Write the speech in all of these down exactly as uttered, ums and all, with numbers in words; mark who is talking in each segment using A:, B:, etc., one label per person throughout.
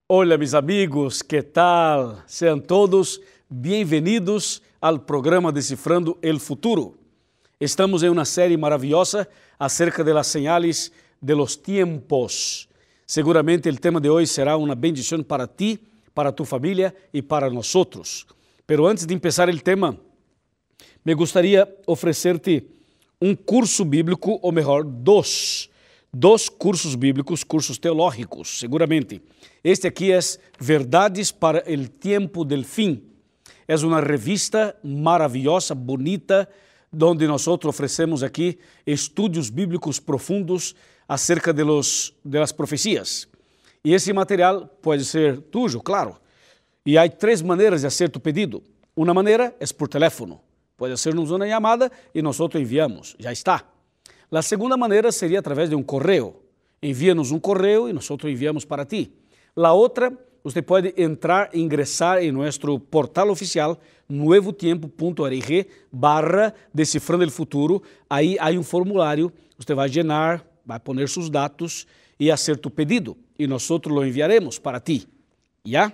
A: Hola mis amigos, ¿qué tal? Sean todos bem-vindos ao programa Decifrando el Futuro. Estamos em uma série maravilhosa acerca de las señales de los tiempos. Seguramente el tema de hoy será una bendición para ti, para tu familia y para nosotros. Pero antes de empezar el tema, me gustaría ofrecerte um curso bíblico, ou melhor, dos, dos cursos bíblicos, cursos teológicos, seguramente. Este aqui é Verdades para el Tiempo del Fin. É uma revista maravilhosa, bonita, onde nós oferecemos aqui estudos bíblicos profundos acerca de, los, de las profecias. E esse material pode ser tuyo, claro. E há três maneiras de fazer tu pedido. Uma maneira é por teléfono. Pode hacernos uma chamada e nós enviamos. Já está. A segunda maneira seria através de um correio. Envia-nos um correio e nós enviamos para ti. La outra, você pode entrar e ingressar em nosso portal oficial nuevotiempo.org barra Decifrando el Futuro. Aí há um formulário, você vai llenar, vai poner seus dados e fazer tu pedido. E nós lo enviaremos para ti. Já?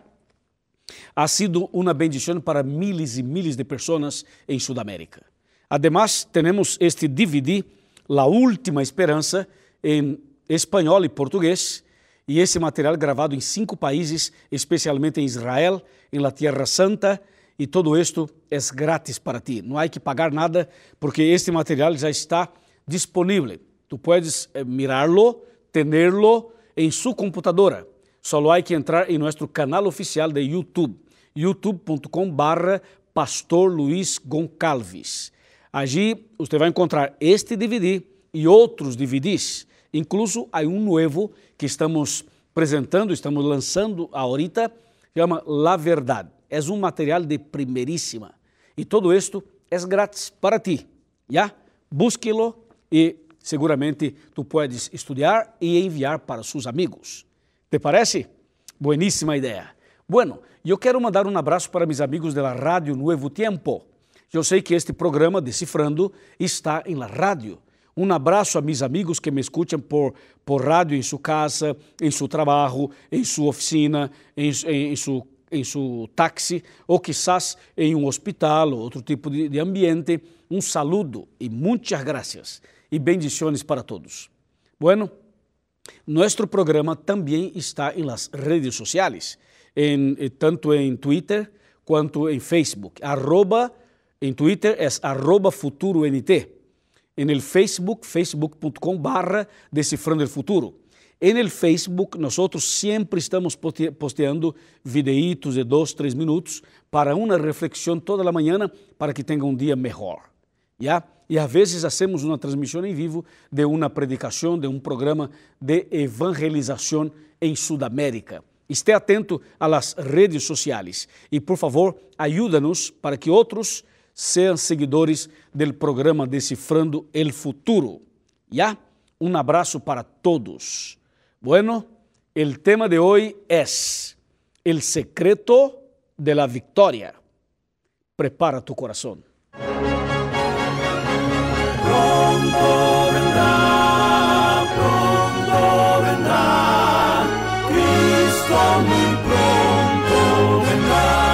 A: Ha sido uma bendição para miles e miles de pessoas em Sudamérica. Además, temos este D V D, La Última Esperança, em espanhol e português, e esse material gravado em cinco países, especialmente em Israel, em la Tierra Santa, e todo isto é grátis para ti. Não há que pagar nada, porque este material já está disponível. Tu puedes eh, mirarlo, tenerlo em sua computadora. Só há que entrar em nosso canal oficial de YouTube, youtube ponto com barra Pastor Luiz Goncalves. Allí você vai encontrar este D V D e outros D V Ds. Incluso há um novo que estamos apresentando, estamos lançando ahorita, chama La Verdade. É um material de primeiríssima. E todo isto é grátis para ti. Já? Búsquelo e seguramente tu puedes estudar e enviar para seus amigos. ¿Te parece? Buenísima ideia. Bueno, eu quero mandar um abraço para meus amigos da Rádio Nuevo Tiempo. Eu sei que este programa, Decifrando, está em la rádio. Um abraço a meus amigos que me escutam por, por rádio em sua casa, em seu trabalho, em sua oficina, em, em, em, seu, em seu táxi, ou quizás em um hospital, ou outro tipo de, de ambiente. Um saludo e muitas graças e bendições para todos. Bueno, nosso programa também está em las redes sociais, em, tanto em Twitter quanto em Facebook. Arroba, em Twitter é arroba FuturoNT. En el Facebook, facebook ponto com barra Decifrando el Futuro. En el Facebook, nosotros siempre estamos posteando videitos de dos, tres minutos para una reflexión toda la mañana para que tenga un día mejor. ¿Ya? Y a veces hacemos una transmisión en vivo de una predicación, de un programa de evangelización en Sudamérica. Esté atento a las redes sociales y, por favor, ayúdanos para que otros sean seguidores del programa Decifrando el Futuro. ¿Ya? Un abrazo para todos. Bueno, el tema de hoy es el secreto de la victoria. Prepara tu corazón.
B: Pronto vendrá, pronto vendrá, Cristo muy pronto vendrá.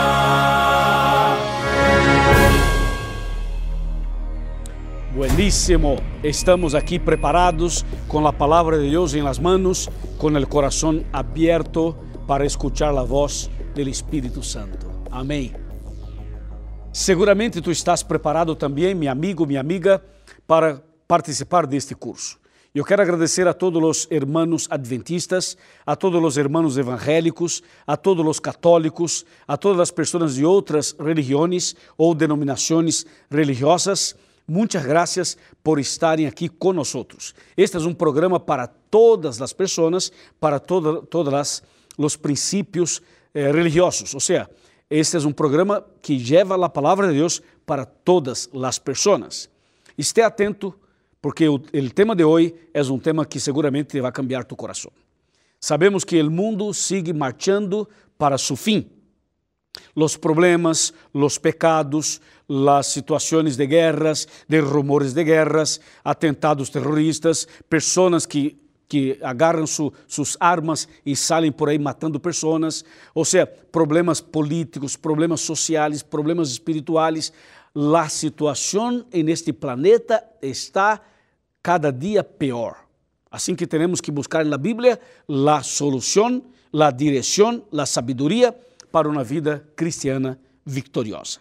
A: Buenísimo, estamos aqui preparados com a palavra de Deus em las manos, com o coração aberto para escuchar a voz do Espírito Santo. Amém. Seguramente tu estás preparado também, meu amigo, minha amiga, para participar deste curso. Eu quero agradecer a todos os hermanos adventistas, a todos os hermanos evangélicos, a todos os católicos, a todas as pessoas de outras religiões ou denominações religiosas. Muitas graças por estarem aqui conosco. Este é um programa para todas as pessoas, para todo, todos os princípios eh, religiosos. Ou seja, este é um programa que leva a palavra de Deus para todas as pessoas. Esté atento, porque o, o tema de hoje é um tema que seguramente vai cambiar tu coração. Sabemos que o mundo sigue marchando para seu fim. Los problemas, los pecados, las situaciones de guerras, de rumores de guerras, atentados terroristas, personas que que agarram su, sus armas e saem por aí matando pessoas, ou seja, problemas políticos, problemas sociais, problemas espirituais. A situação em este planeta está cada dia pior. Assim que temos que buscar na Bíblia a solução, a direção, a sabedoria para uma vida cristiana vitoriosa.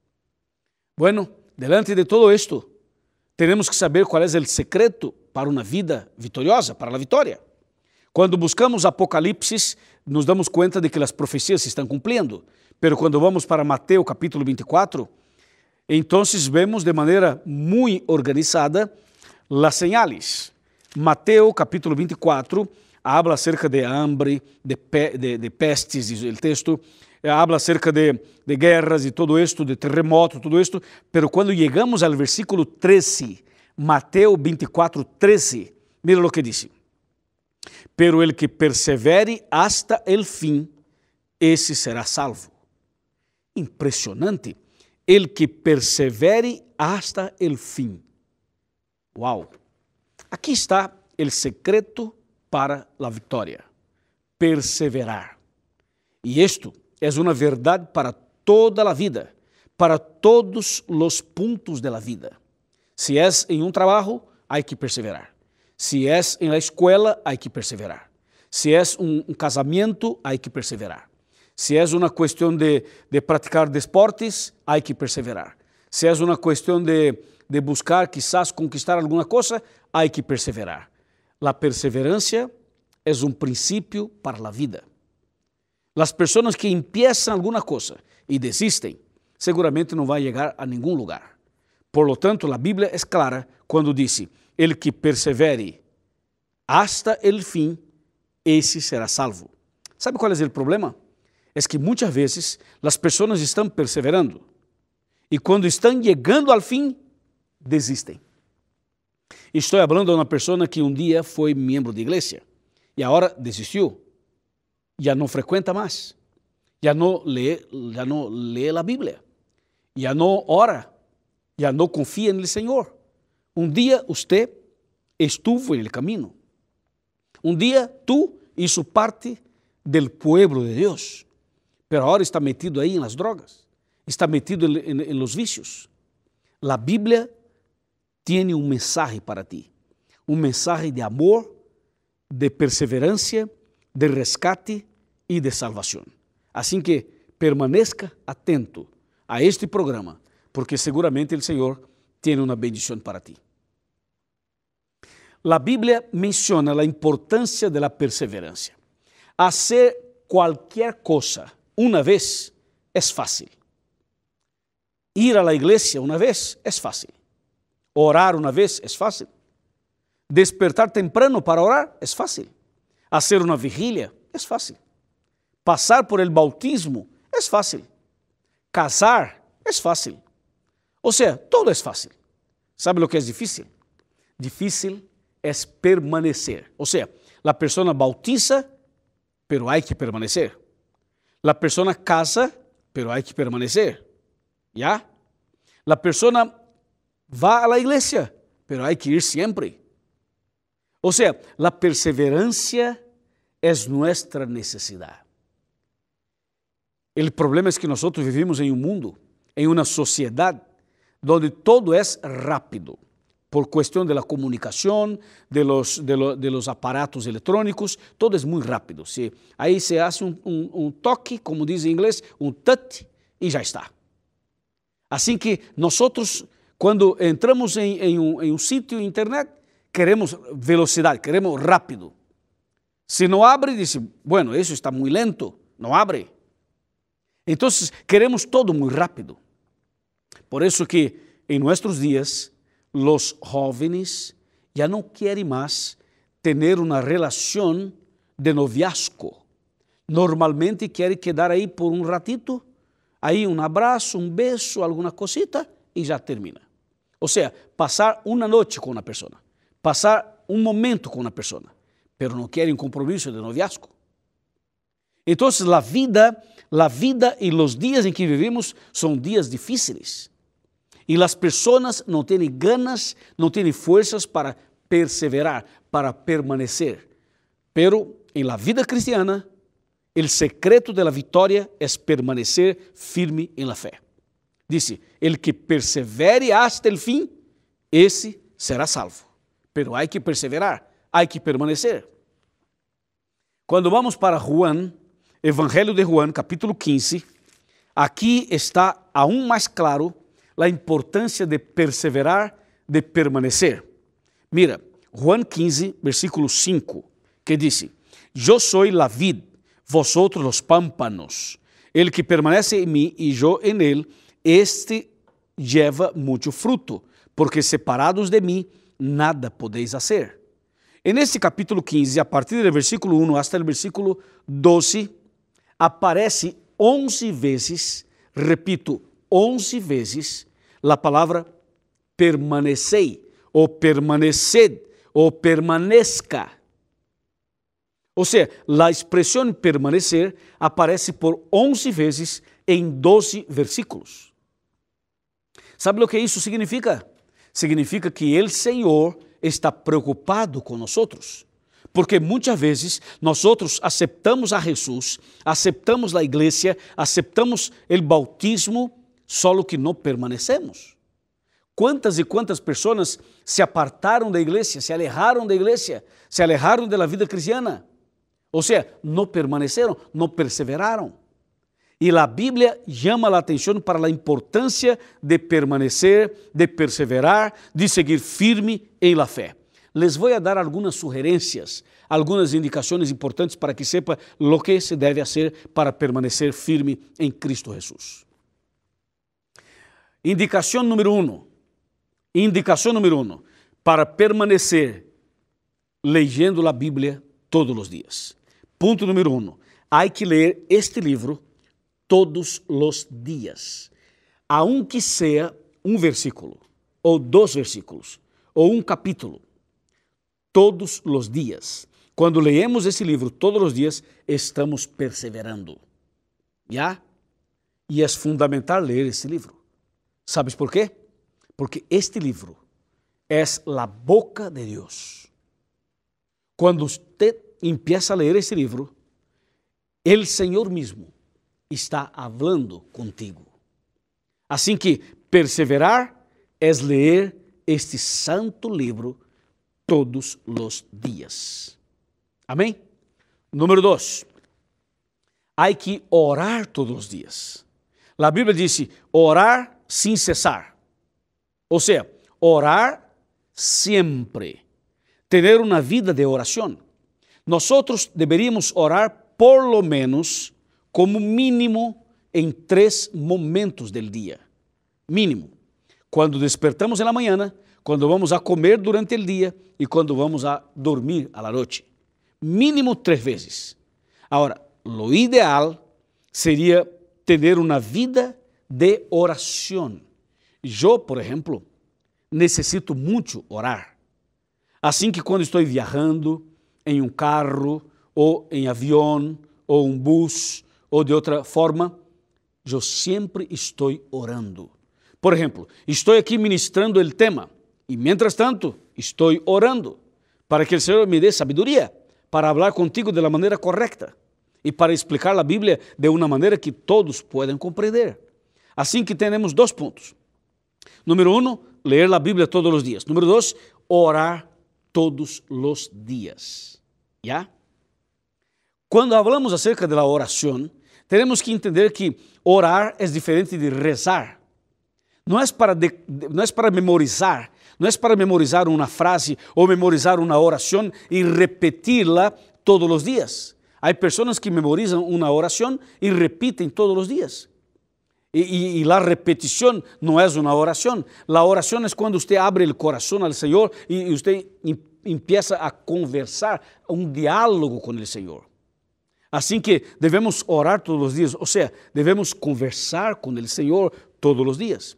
A: Bueno, delante de todo esto, temos que saber qual é o secreto para uma vida vitoriosa, para a vitória. Quando buscamos Apocalipse, nos damos conta de que as profecias se estão cumprindo. Pero quando vamos para Mateus capítulo vinte e quatro, então vemos de maneira muito organizada as señales. Mateus capítulo vinte e quatro habla acerca de hambre, de, pe, de, de pestes, diz o texto, habla acerca de, de guerras e todo isto, de terremoto, tudo isto, pero quando chegamos ao versículo treze, Mateus vinte e quatro, treze, mira o que diz. Pero el que persevere hasta el fim, esse será salvo. Impressionante. El que persevere hasta el fim. Uau! Aqui está o secreto para a vitória. Perseverar. E isto é uma verdade para toda a vida, para todos os pontos da vida. Se é em um trabalho, há que perseverar. Se é em la escola, há que perseverar. Se é um, um casamento, há que perseverar. Se é uma questão de, de praticar desportes, há que perseverar. Se é uma questão de, de buscar, quizás, conquistar alguma coisa, há que perseverar. A perseverança é um princípio para a vida. As pessoas que empiezam alguma coisa e desistem, seguramente não vão chegar a nenhum lugar. Por lo tanto, a Bíblia é clara quando diz: el que persevere hasta el fim, esse será salvo. Sabe qual é o problema? É que muitas vezes as pessoas estão perseverando e quando estão chegando ao fim, desistem. Estou falando de uma pessoa que um dia foi membro de igreja e agora desistiu. Já não frequenta mais, já não lê, já não lê a Bíblia, já não ora, já não confia no Senhor. Um dia você estuvo no caminho. Um dia tu hizo parte del pueblo de Deus, pero agora está metido aí nas drogas, está metido em los vicios. A Bíblia tem um mensagem para ti, um mensagem de amor, de perseverancia, de rescate e de salvação. Assim que permaneça atento a este programa, porque seguramente o Senhor tem uma bendição para ti. A Bíblia menciona a importância da perseverancia. Hacer qualquer coisa uma vez é fácil. Ir à igreja uma vez é fácil. Orar uma vez é fácil. Despertar temprano para orar é fácil. Hacer uma vigília é fácil. Passar por el bautismo é fácil. Casar é fácil. Ou seja, todo é fácil. ¿Sabe o que é difícil? Difícil é permanecer. Ou seja, a pessoa bautiza, pero há que permanecer. A pessoa casa, pero há que permanecer. ¿Ya? A pessoa vai à igreja, pero há que ir sempre. Ou seja, a perseverancia é nossa necessidade. O problema é que nós vivimos em um mundo, em uma sociedade, onde todo é rápido, por questão da comunicação, de los, de, lo, de los aparatos eletrônicos, todo é muito rápido. Se, aí se hace um, um, um toque, como diz em inglês, um touch, e já está. Assim que nós, quando entramos em, em, um, em um sítio internet, queremos velocidade, queremos rápido. Se não abre, diz, bueno, isso está muito lento, não abre. Então, queremos todo muito rápido. Por isso que, em nossos dias, os jovens já não querem mais ter uma relação de noviazgo. Normalmente querem quedar aí por um ratito, aí um abraço, um beijo, alguma cosita e já termina. Ou seja, passar uma noite com uma pessoa, passar um momento com uma pessoa, pero não querem compromisso de noviazgo. Então, a vida, a vida e os dias em que vivimos são dias difíceis. E as pessoas não têm ganas, não têm forças para perseverar, para permanecer. Pero en la vida cristiana, el secreto de la victoria es permanecer firme en la fe. Dice, el que persevere hasta el fin, ese será salvo. Pero hay que perseverar, hay que permanecer. Cuando vamos para Juan, Evangelio de Juan, capítulo quince, aquí está aún más claro la importancia de perseverar, de permanecer. Mira, Juan quince, versículo cinco, que dice, yo soy la vid, vosotros los pámpanos. El que permanece en mí y yo en él, este lleva mucho fruto, porque separados de mí, nada podéis hacer. En este capítulo quince, a partir del versículo uno hasta el versículo doce, aparece once veces, repito, once veces, la palabra permanecei, o permaneced, o permanezca. O sea, la expresión permanecer aparece por once veces en doce versículos. ¿Sabe lo que isso significa? Significa que el Señor está preocupado con nosotros. Porque muitas vezes nós aceptamos a Jesus, aceptamos a igreja, aceptamos o bautismo, só que não permanecemos. Quantas e quantas pessoas se apartaram da igreja, se alejaram da igreja, se alejaram da vida cristiana? Ou seja, não permaneceram, não perseveraram. E a Bíblia chama a atenção para a importância de permanecer, de perseverar, de seguir firme em la fé. Les vou a dar algumas sugerências, algumas indicações importantes para que sepa lo que se deve fazer para permanecer firme em Cristo Jesus. Indicação número um. Indicação número um. Para permanecer leyendo a Bíblia todos os dias. Ponto número um. Há que ler este livro todos os dias. Aunque seja um versículo, ou dois versículos, ou um capítulo. Todos os dias. Quando leemos esse livro todos os dias, estamos perseverando. ¿Ya? E é fundamental ler esse livro. ¿Sabes por quê? Porque este livro é a boca de Deus. Quando você empieza a ler esse livro, o Senhor mesmo está falando contigo. Assim que perseverar é ler este santo livro todos os dias. Amém? Número dois. Há que orar todos os dias. A Bíblia diz orar sem cessar. Ou seja, orar sempre. Ter uma vida de oração. Nós deveríamos orar por lo menos como mínimo em três momentos do dia. Mínimo. Quando despertamos na manhã, quando vamos a comer durante o dia e quando vamos a dormir à noite. Mínimo três vezes. Agora, lo ideal seria ter uma vida de oração. Eu, por exemplo, necessito muito orar. Assim que quando estou viajando em um carro, ou em avião, ou um bus, ou de outra forma, eu sempre estou orando. Por exemplo, estou aqui ministrando o tema, e, mientras tanto, estou orando para que o Senhor me dê sabedoria para falar contigo de la maneira correta e para explicar a Bíblia de uma maneira que todos podem compreender. Assim que temos dois pontos. Número um, ler a Bíblia todos os dias. Número dois, orar todos os dias. ¿Ya? Quando falamos acerca da oração, temos que entender que orar é diferente de rezar. Não é para, de, não é para memorizar, não é para memorizar uma frase ou memorizar uma oração e repeti-la todos os dias. Há pessoas que memorizam uma oração e repetem todos os dias. E, e, e a repetição não é uma oração. A oração é quando você abre o coração ao Senhor e, e você empieza a conversar, um diálogo com o Senhor. Assim que devemos orar todos os dias, ou seja, devemos conversar com o Senhor todos os dias.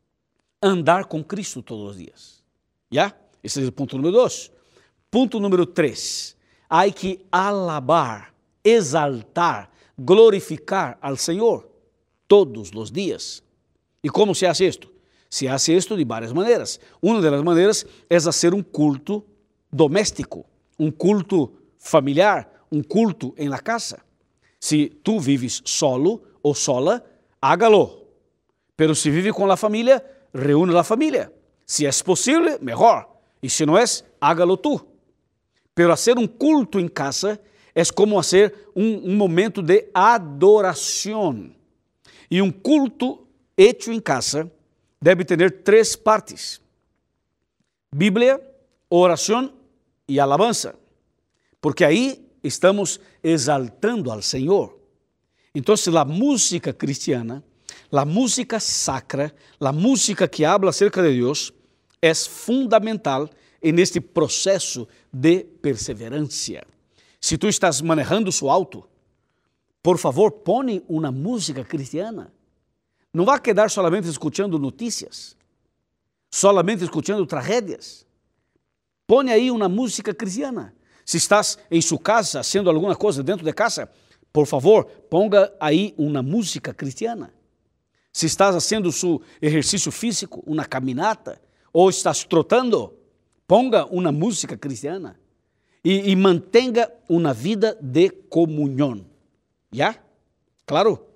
A: Andar com Cristo todos os dias. ¿Ya? Esse é o ponto número dois. Ponto número três. Há que alabar, exaltar, glorificar ao Senhor todos os dias. E como se faz isto? Se faz isto de várias maneiras. Uma das maneiras é fazer um culto doméstico, um culto familiar, um culto em la casa. Se tu vives solo ou sola, hágalo. Pero se vive com a família, reúne a família. Se é possível, melhor. E se não é, hágalo tu. Pero hacer um culto em casa é como hacer um, um momento de adoração. E um culto hecho em casa deve ter três partes: Bíblia, oração e alabança. Porque aí estamos exaltando al Senhor. Então, a música cristiana, a música sacra, a música que habla acerca de Deus, é fundamental en este processo de perseverancia. Se tu estás manejando su auto, por favor, põe uma música cristiana. Não vá quedar solamente escutando notícias, solamente escutando tragédias. Põe aí uma música cristiana. Se estás em sua casa, fazendo alguma coisa dentro de casa, por favor, ponga aí uma música cristiana. Se estás fazendo seu exercício físico, uma caminata, ou estás trotando, ponga uma música cristiana e, e mantenha uma vida de comunhão. ¿Ya? Claro.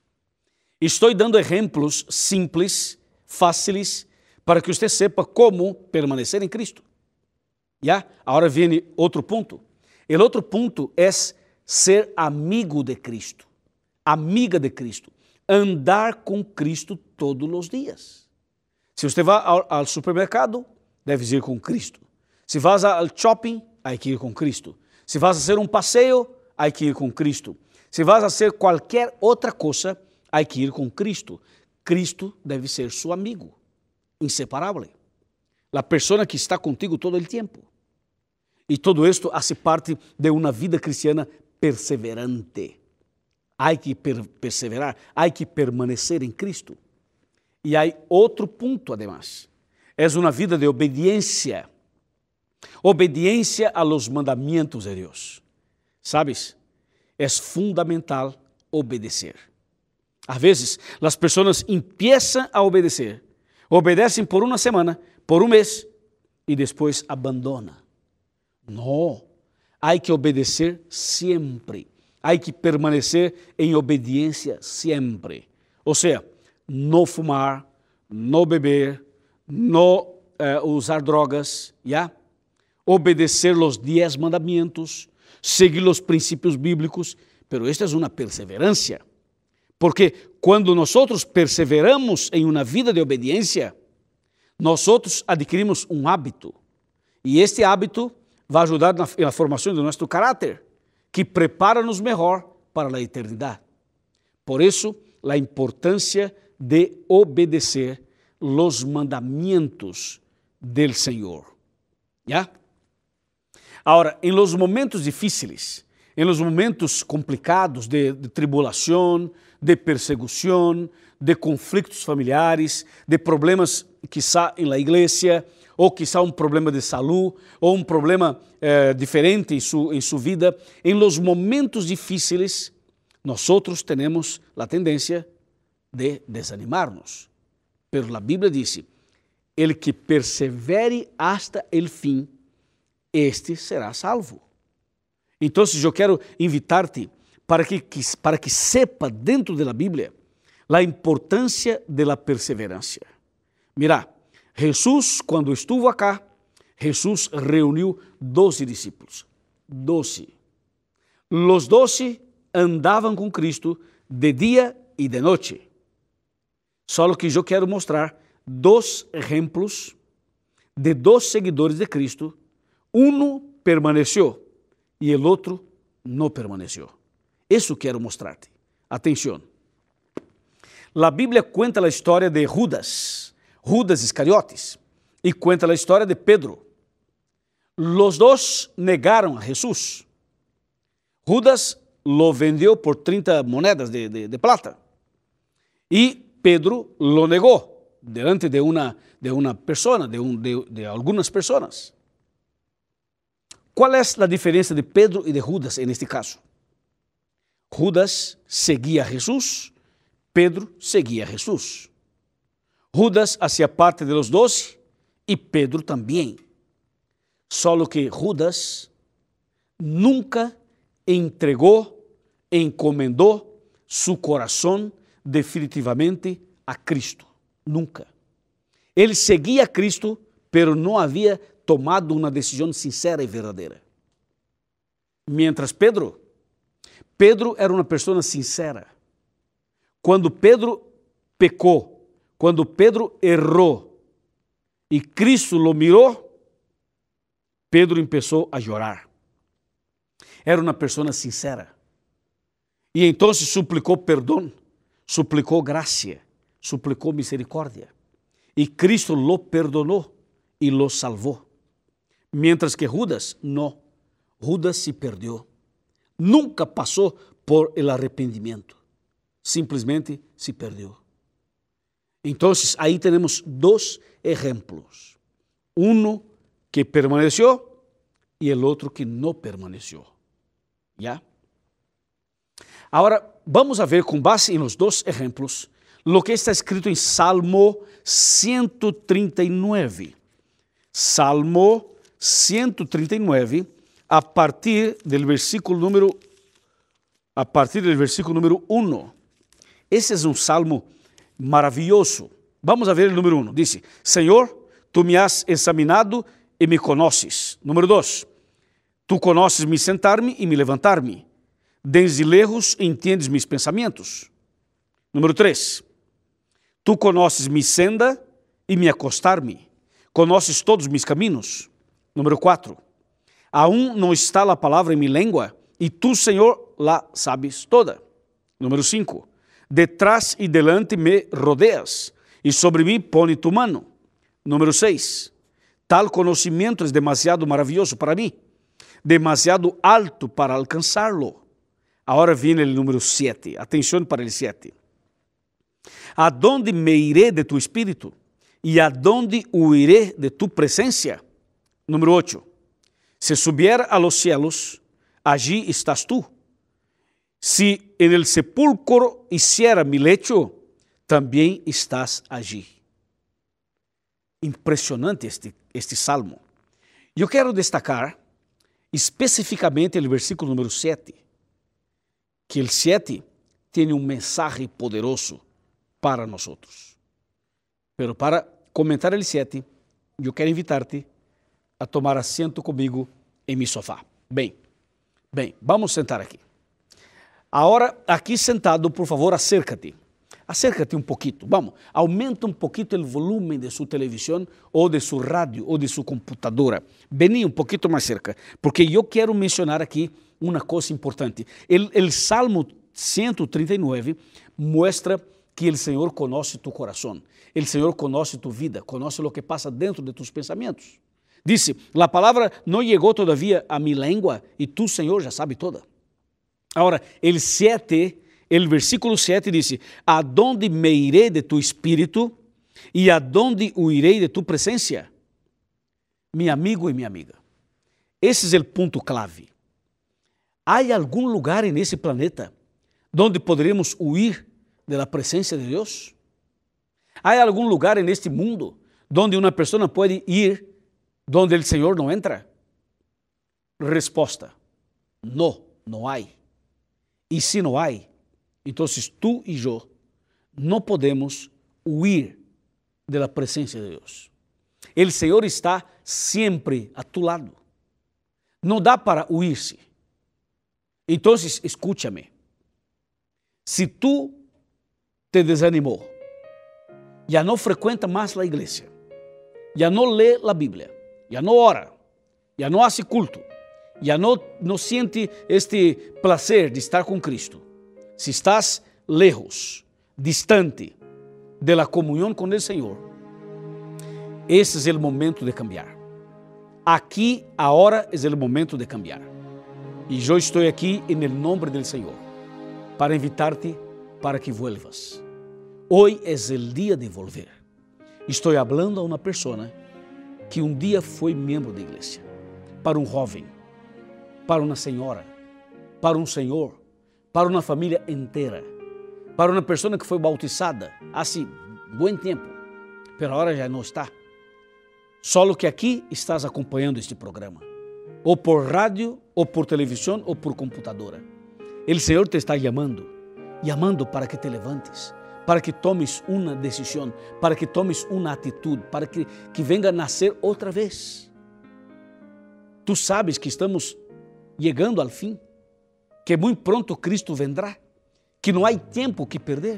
A: Estou dando exemplos simples, fáceis, para que você sepa como permanecer em Cristo. ¿Ya? Agora vem outro ponto. O outro ponto é ser amigo de Cristo, amiga de Cristo, andar com Cristo todos os dias. Se você vai ao, ao supermercado, deves ir com Cristo. Se vas ao shopping, há que ir com Cristo. Se vas a fazer um passeio, há que ir com Cristo. Se vas a fazer qualquer outra coisa, há que ir com Cristo. Cristo deve ser seu amigo, inseparável. A pessoa que está contigo todo o tempo. E todo isto faz parte de uma vida cristiana perseverante. Há que per perseverar, há que permanecer em Cristo. E há outro ponto, además. É uma vida de obediência. Obediência a los mandamentos de Deus. Sabes? É fundamental obedecer. Às vezes, as pessoas empiezam a obedecer. Obedecem por uma semana, por um mês, e depois abandonam. Não. Há que obedecer sempre. Há que permanecer em obediência sempre. Ou seja, não fumar, não beber, não eh, usar drogas, já? Obedecer os dez mandamentos, seguir os princípios bíblicos, pero esta é uma perseverança. Porque quando nós perseveramos em uma vida de obediência, nós adquirimos um hábito. E este hábito vai ajudar na, na formação de nosso caráter, que prepara-nos melhor para a eternidade. Por isso, a importância de obedecer los mandamentos del Senhor. ¿Ya? Agora, em los momentos difíceis, em los momentos complicados de, de tribulação, de perseguição, de conflitos familiares, de problemas quizá em la igreja, ou quizá um problema de saúde, ou um problema eh, diferente em sua em sua vida, em los momentos difíceis, nós temos a tendência de desanimar-nos. Pero a Bíblia diz, el que persevere hasta el fim, este será salvo. Então, eu quero invitar-te para que, para que sepa dentro da Bíblia a importância da perseverança. Mira, Jesus, quando estuvo acá, Jesus reuniu doze discípulos. Doze. Los doze andavam com Cristo de dia e de noite. Só que eu quero mostrar dois exemplos de dois seguidores de Cristo. Um permaneceu e o outro não permaneceu. Isso quero mostrar-te. Atenção. A Bíblia conta a história de Judas, Judas Iscariotes, e conta a história de Pedro. Los dois negaram a Jesus. Judas lo vendeu por trinta moedas de, de, de plata. E Pedro lo negou delante de uma de uma pessoa, de, um, de, de algumas pessoas. Qual é a diferença de Pedro e de Judas neste caso? Judas seguia a Jesus, Pedro seguia a Jesus. Judas fazia parte de los doze e Pedro também. Solo que Judas nunca entregó, encomendó su corazón definitivamente a Cristo. Nunca. Él seguía a Cristo, pero no había tomado una decisión sincera y verdadera. Mientras Pedro, Pedro era una persona sincera. Cuando Pedro pecó, cuando Pedro erró y Cristo lo miró, Pedro empezó a llorar. Era una persona sincera. Y entonces suplicó perdón, suplicó gracia, suplicó misericordia. Y Cristo lo perdonó y lo salvó. Mientras que Judas no. Judas se perdió. Nunca pasó por el arrepentimiento. Simplesmente se perdió. Entonces ahí tenemos dos ejemplos. Uno que permaneció y el otro que no permaneció. ¿Ya? Ahora vamos a ver con base en los dos ejemplos lo que está escrito en Salmo ciento treinta y nueve. Salmo ciento treinta y nueve, a partir del versículo número, a partir del versículo número uno. Ese es un salmo maravilloso. Vamos a ver el número uno. Dice, Señor, tú me has examinado y me conoces. Número dos, tú conoces mi sentar-me y mi levantar-me. Desde lejos entiendes mis pensamentos. Número três, tu conheces mi senda e me acostar-me. Conheces todos mis caminhos. Número quatro, aún não está a palavra em minha língua e tu, Senhor, la sabes toda. Número cinco, detrás e delante me rodeas e sobre mim pone tu mano. Número seis, tal conhecimento é demasiado maravilhoso para mim, demasiado alto para alcançar-lo. Agora vem o número sete. Atenção para o sete. ¿Adonde me iré de tu espírito? ¿Y adonde huiré de tu presencia? Número ocho. Si subiera a los cielos, allí estás tú. Si en el sepulcro hiciera mi lecho, también estás allí. Impressionante este, este salmo. Eu quero destacar especificamente o versículo número sete. Que el siete tiene un mensaje poderoso para nosotros. Pero para comentar el siete, yo quiero invitarte a tomar asiento conmigo en mi sofá. Bem, bem, vamos sentar aqui. Agora, aqui sentado, por favor, acércate. Acércate um pouquito, vamos, aumenta um pouquito o volume de sua televisão ou de seu rádio ou de sua computadora. Vení um pouquito mais cerca, porque eu quero mencionar aqui uma coisa importante. O Salmo ciento treinta y nueve muestra que o Senhor conhece tu coração, o Senhor conhece tu vida, conhece o que passa dentro de tus pensamentos. Dice, a palavra não chegou todavia a mi língua e tu, Senhor, já sabe toda. Agora, o sete, o versículo sete diz, adonde me iré de tu espírito e adonde huirei de tu presencia? Mi amigo e minha amiga, esse é o ponto clave. ¿Há algum lugar nesse planeta donde poderemos huir de la presencia de Deus? ¿Há algum lugar neste mundo donde uma pessoa pode ir donde o Senhor não entra? Resposta, não, não há. E se não há, então tu e eu não podemos huir de la presencia de Deus. O Senhor está sempre a tu lado. Não dá para huir-se. Então, escúchame. Se tu te desanimou, já não frequenta mais a igreja, já não lê a Bíblia, já não ora, já não hace culto, já não, não sente este prazer de estar com Cristo, se estás lejos, distante de la comunhão com o Senhor, esse é o momento de cambiar. Aqui, agora, é o momento de cambiar. E eu estou aqui em nome do Senhor para invitar-te para que vuelvas. Hoy es el día de volver. Estou hablando a uma pessoa que um dia foi membro da igreja, para um jovem, para uma senhora, para um senhor, para uma família inteira, para uma pessoa que foi bautizada há bom tempo, mas agora já não está. Só que aqui estás acompanhando este programa, ou por rádio, ou por televisão, ou por computadora. O Senhor te está chamando, chamando para que te levantes, para que tomes uma decisão, para que tomes uma atitude, para que, que venga a nascer outra vez. Tu sabes que estamos chegando ao fim, que muito pronto Cristo vendrá, que não há tempo que perder.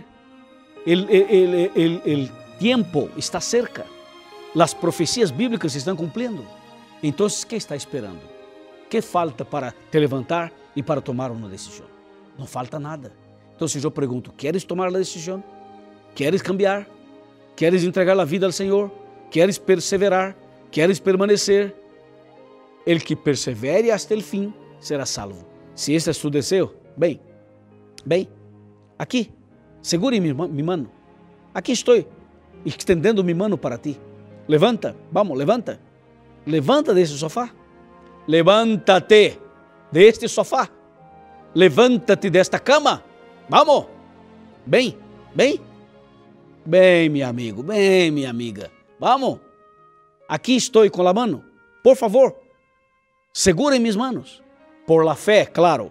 A: O tempo está cerca. As profecias bíblicas se estão cumprindo. Então, o que está esperando? Que falta para te levantar e para tomar uma decisão? Não falta nada. Então, se eu pergunto, queres tomar a decisão? Queres cambiar? Queres entregar a vida ao Senhor? Queres perseverar? Queres permanecer? El que persevere hasta el fim será salvo. Se este é tu desejo, bem, bem, aqui, segure mi, mi mano. Aqui estou, estendendo mi mano para ti. Levanta, vamos, levanta. Levanta desse sofá. Levanta-te deste sofá. Levanta-te desta cama. Vamos. Bem, bem. Bem, meu amigo, bem, minha amiga. Vamos. Aqui estou com a mano. Por favor, segura em minhas manos. Por la fé, claro.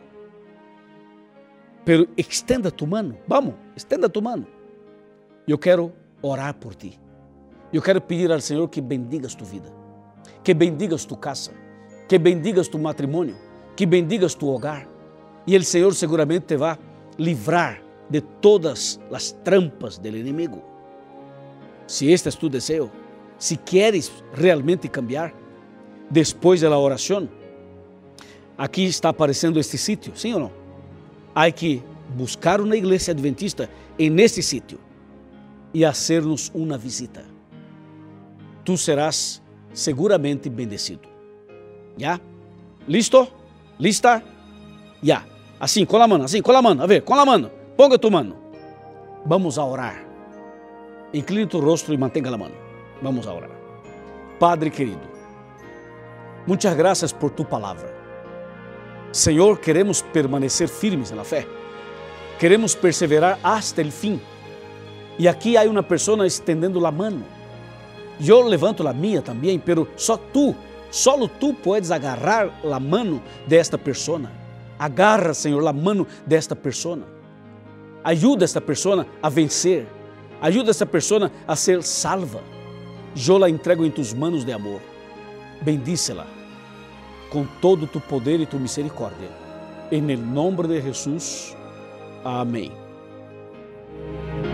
A: Pero extenda tu mano. Vamos, extenda tu mano. Eu quero orar por ti. Eu quero pedir ao Senhor que bendigas tu vida, que bendigas tu casa, que bendigas tu matrimônio, que bendigas tu hogar. E o Senhor seguramente te vai livrar de todas as trampas do inimigo. Se este é tu desejo, se queres realmente cambiar, depois da oração, aqui está aparecendo este sítio, sim ou não? Há que buscar uma igreja adventista neste sítio e fazer-nos uma visita. Tu serás seguramente bendecido. Já? Listo? Lista? Já. Assim, com a mão, assim, com a mão. A ver, com a mão. Ponga tu mano. Vamos a orar. Incline tu rosto e mantenha a mão. Vamos a orar. Padre querido, muitas graças por tu palavra. Senhor, queremos permanecer firmes na fé. Queremos perseverar hasta el fim. E aqui há uma pessoa estendendo a mão. Eu levanto a minha também, pero só tu, solo tu puedes agarrar a mano desta pessoa. Agarra, Senhor, a mano desta pessoa. Ajuda esta pessoa a vencer. Ajuda esta pessoa a ser salva. Eu la entrego em tus manos de amor. Bendícela com todo tu poder e tu misericórdia. Em el nombre de Jesus. Amém.